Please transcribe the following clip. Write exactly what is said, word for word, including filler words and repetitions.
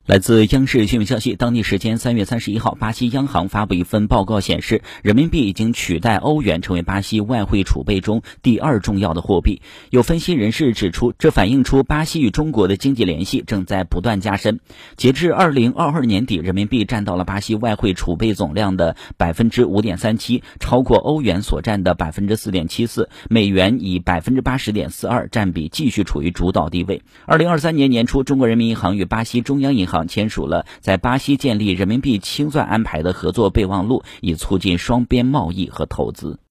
来自央视新闻消息，当地时间三月三十一号，巴西央行发布一份报告显示，人民币已经取代欧元成为巴西外汇储备中第二重要的货币。有分析人士指出，这反映出巴西与中国的经济联系正在不断加深。截至二零二二年底，人民币占到了巴西外汇储备总量的 百分之五点三七， 超过欧元所占的 百分之四点七四， 美元以 百分之八十点四二 占比继续处于主导地位。二零二三年年初，中国人民银行与巴西中央银行签署了在巴西建立人民币清算安排的合作备忘录，以促进双边贸易和投资。